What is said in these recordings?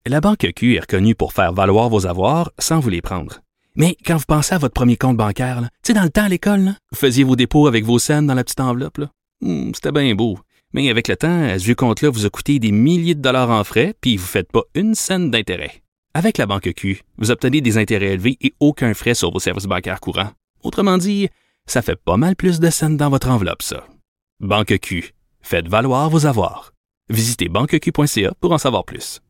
La Banque Q est reconnue pour faire valoir vos avoirs sans vous les prendre. Mais quand vous pensez à votre premier compte bancaire, tu sais, dans le temps à l'école, là, vous faisiez vos dépôts avec vos scènes dans la petite enveloppe. Là. C'était bien beau. Mais avec le temps, ce vieux compte-là vous a coûté des milliers de dollars en frais, puis vous ne faites pas une scène d'intérêt. Avec la Banque Q, vous obtenez des intérêts élevés et aucun frais sur vos services bancaires courants. Autrement dit, ça fait pas mal plus de scènes dans votre enveloppe, ça. Banque Q. Faites valoir vos avoirs. Visitez banqueq.ca pour en savoir plus.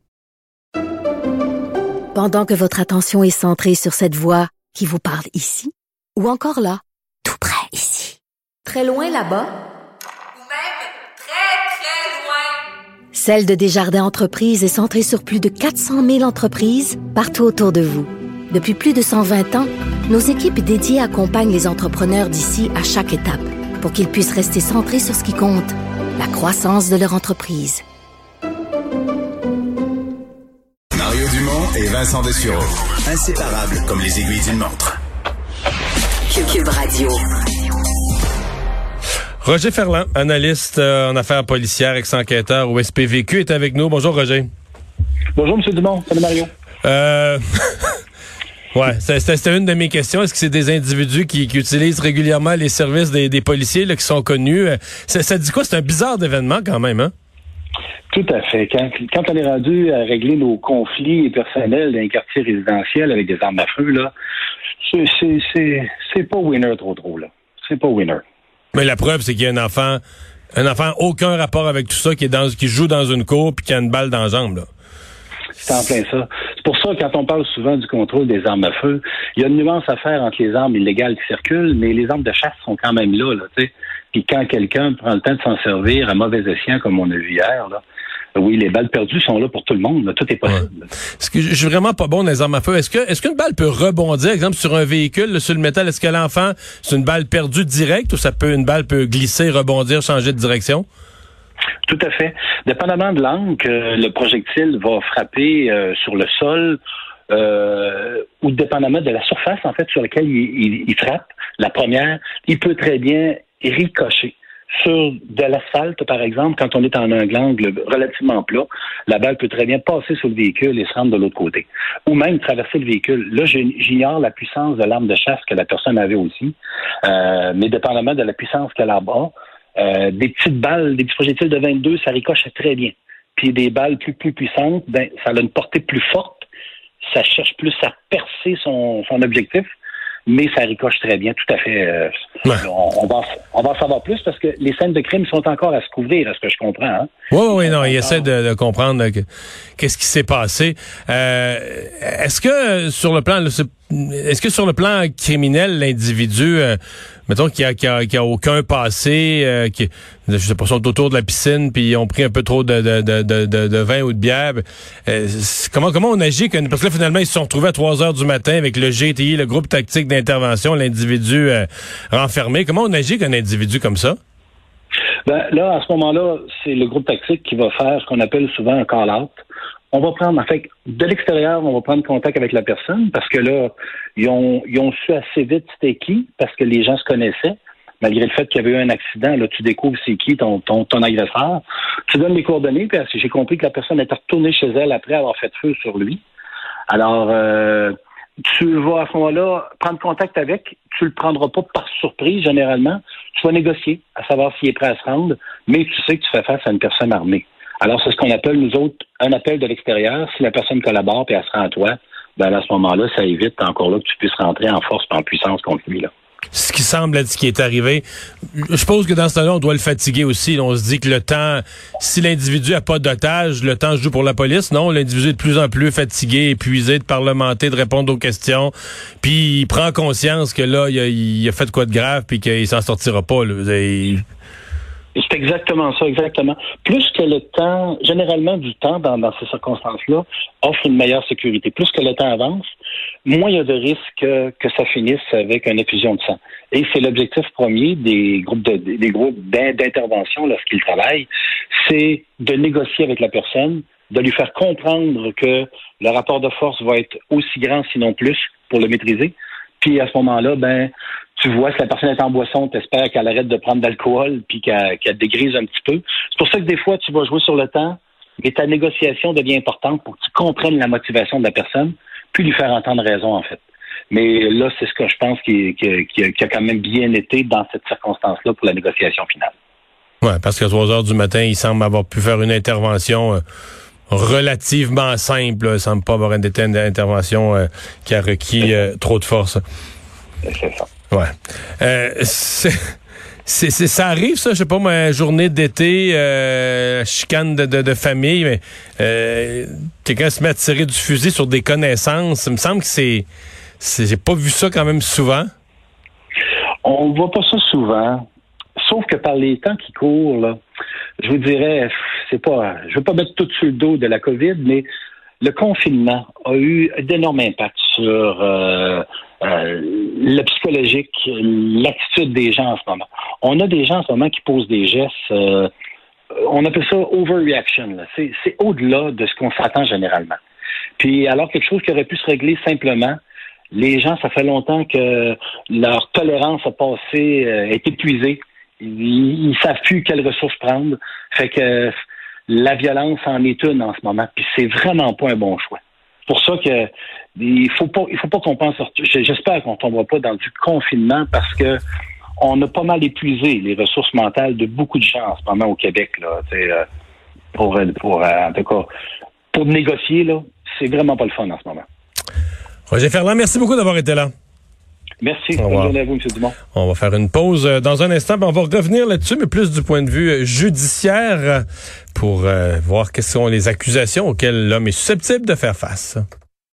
Pendant que votre attention est centrée sur cette voix qui vous parle ici, ou encore là, tout près ici, très loin là-bas, ou même très, très loin, Celle de Desjardins Entreprises est centrée sur plus de 400 000 entreprises partout autour de vous. Depuis plus de 120 ans, nos équipes dédiées accompagnent les entrepreneurs d'ici à chaque étape pour qu'ils puissent rester centrés sur ce qui compte, la croissance de leur entreprise. Mario Dumont et Vincent Dessureau. Inséparables comme les aiguilles d'une montre. Cube Radio. Roger Ferland, analyste en affaires policières, ex-enquêteur au SPVQ, est avec nous. Bonjour, Roger. Bonjour, M. Dumont. Salut, Mario. Ouais, c'était une de mes questions. Est-ce que c'est des individus qui utilisent régulièrement les services des policiers là, qui sont connus? Ça dit quoi? C'est un bizarre événement quand même, hein? Tout à fait. Quand on est rendu à régler nos conflits personnels dans les quartiers résidentiels avec des armes à feu, là, c'est pas winner trop, là. C'est pas winner. Mais la preuve, c'est qu'il y a un enfant aucun rapport avec tout ça, qui joue dans une cour puis qui a une balle dans la jambe, là. C'est en plein ça. C'est pour ça, quand on parle souvent du contrôle des armes à feu, il y a une nuance à faire entre les armes illégales qui circulent, mais les armes de chasse sont quand même là, tu sais. Puis quand quelqu'un prend le temps de s'en servir à mauvais escient, comme on a vu hier, là, oui, les balles perdues sont là pour tout le monde, là. Tout est possible. Ouais. Est-ce que je suis vraiment pas bon dans les armes à feu? Est-ce qu'une balle peut rebondir, exemple, sur un véhicule, là, sur le métal? Est-ce que l'enfant, c'est une balle perdue directe ou une balle peut glisser, rebondir, changer de direction? Tout à fait. Dépendamment de l'angle que le projectile va frapper sur le sol, ou dépendamment de la surface, en fait, sur laquelle il frappe, la première, il peut très bien ricocher. Sur de l'asphalte, par exemple, quand on est en un angle relativement plat, la balle peut très bien passer sur le véhicule et se rendre de l'autre côté. Ou même traverser le véhicule. Là, j'ignore la puissance de l'arme de chasse que la personne avait aussi. Mais dépendamment de la puissance qu'elle a bas, des petites balles, des petits projectiles de 22, ça ricoche très bien. Puis des balles plus puissantes, ça a une portée plus forte. Ça cherche plus à percer son objectif. Mais ça ricoche très bien, tout à fait. Ouais. On va en savoir plus parce que les scènes de crime sont encore à se couvrir, à ce que je comprends. Hein? Oui, non, il essaie de comprendre qu'est-ce qui s'est passé. Est-ce que sur le plan criminel, l'individu, mettons qu'il y a aucun passé, je sais pas, sont autour de la piscine puis ils ont pris un peu trop de vin ou de bière. Comment on agit parce que là finalement ils se sont retrouvés à 3h du matin avec le GTI, le groupe tactique d'intervention, l'individu renfermé. Comment on agit qu'un individu comme ça? Ben là, à ce moment-là, c'est le groupe tactique qui va faire ce qu'on appelle souvent un call-out. On va prendre, en fait, de l'extérieur, on va prendre contact avec la personne parce que là, ils ont su assez vite c'était qui, parce que les gens se connaissaient. Malgré le fait qu'il y avait eu un accident, là, tu découvres c'est qui ton agresseur. Tu donnes les coordonnées, puis j'ai compris que la personne était retournée chez elle après avoir fait feu sur lui. Alors, tu vas à ce moment-là prendre contact avec, tu le prendras pas par surprise généralement, tu vas négocier à savoir s'il est prêt à se rendre, mais tu sais que tu fais face à une personne armée. Alors, c'est ce qu'on appelle, nous autres, un appel de l'extérieur. Si la personne collabore et elle se rend à toi, ben à ce moment-là, ça évite encore là que tu puisses rentrer en force et en puissance contre lui, là. Ce qui semble être ce qui est arrivé, je suppose que dans ce temps-là, on doit le fatiguer aussi. On se dit que le temps, si l'individu n'a pas d'otage, le temps joue pour la police. Non, l'individu est de plus en plus fatigué, épuisé de parlementer, de répondre aux questions. Puis il prend conscience que là, il a fait quoi de grave puis qu'il s'en sortira pas. Là. C'est exactement ça, exactement. Plus que le temps, généralement du temps dans ces circonstances-là, offre une meilleure sécurité. Plus que le temps avance, moins il y a de risques que ça finisse avec une effusion de sang. Et c'est l'objectif premier des groupes d'intervention lorsqu'ils travaillent, c'est de négocier avec la personne, de lui faire comprendre que le rapport de force va être aussi grand, sinon plus, pour le maîtriser. Puis à ce moment-là, tu vois, si la personne est en boisson, tu espères qu'elle arrête de prendre d'alcool puis qu'elle dégrise un petit peu. C'est pour ça que des fois, tu vas jouer sur le temps, mais ta négociation devient importante pour que tu comprennes la motivation de la personne, puis lui faire entendre raison, en fait. Mais là, c'est ce que je pense qui a quand même bien été dans cette circonstance-là pour la négociation finale. Ouais, parce qu'à 3 heures du matin, il semble avoir pu faire une intervention relativement simple. Il semble pas avoir été une intervention qui a requis trop de force. C'est ça. Ouais. Ça arrive, ça, je sais pas, ma journée d'été, chicane de famille, mais quelqu'un se met à tirer du fusil sur des connaissances. Il me semble que j'ai pas vu ça quand même souvent. On voit pas ça souvent. Sauf que par les temps qui courent, là, je vous dirais, je veux pas mettre tout sur le dos de la COVID, mais le confinement a eu d'énormes impacts sur le psychologique, l'attitude des gens en ce moment. On a des gens en ce moment qui posent des gestes, on appelle ça overreaction. Là. C'est au-delà de ce qu'on s'attend généralement. Puis alors quelque chose qui aurait pu se régler simplement, les gens, ça fait longtemps que leur tolérance a passé, est épuisée. Ils savent plus quelles ressources prendre. Fait que la violence en est une en ce moment. Puis c'est vraiment pas un bon choix. C'est pour ça que il faut pas qu'on pense. J'espère qu'on tombera pas dans du confinement parce que on a pas mal épuisé les ressources mentales de beaucoup de gens en ce moment au Québec là. En tout cas pour négocier là, c'est vraiment pas le fun en ce moment. Roger Ferland, merci beaucoup d'avoir été là. Merci. Bonne journée à vous, M. Dumont. On va faire une pause dans un instant. On va revenir là-dessus, mais plus du point de vue judiciaire pour voir quelles sont les accusations auxquelles l'homme est susceptible de faire face.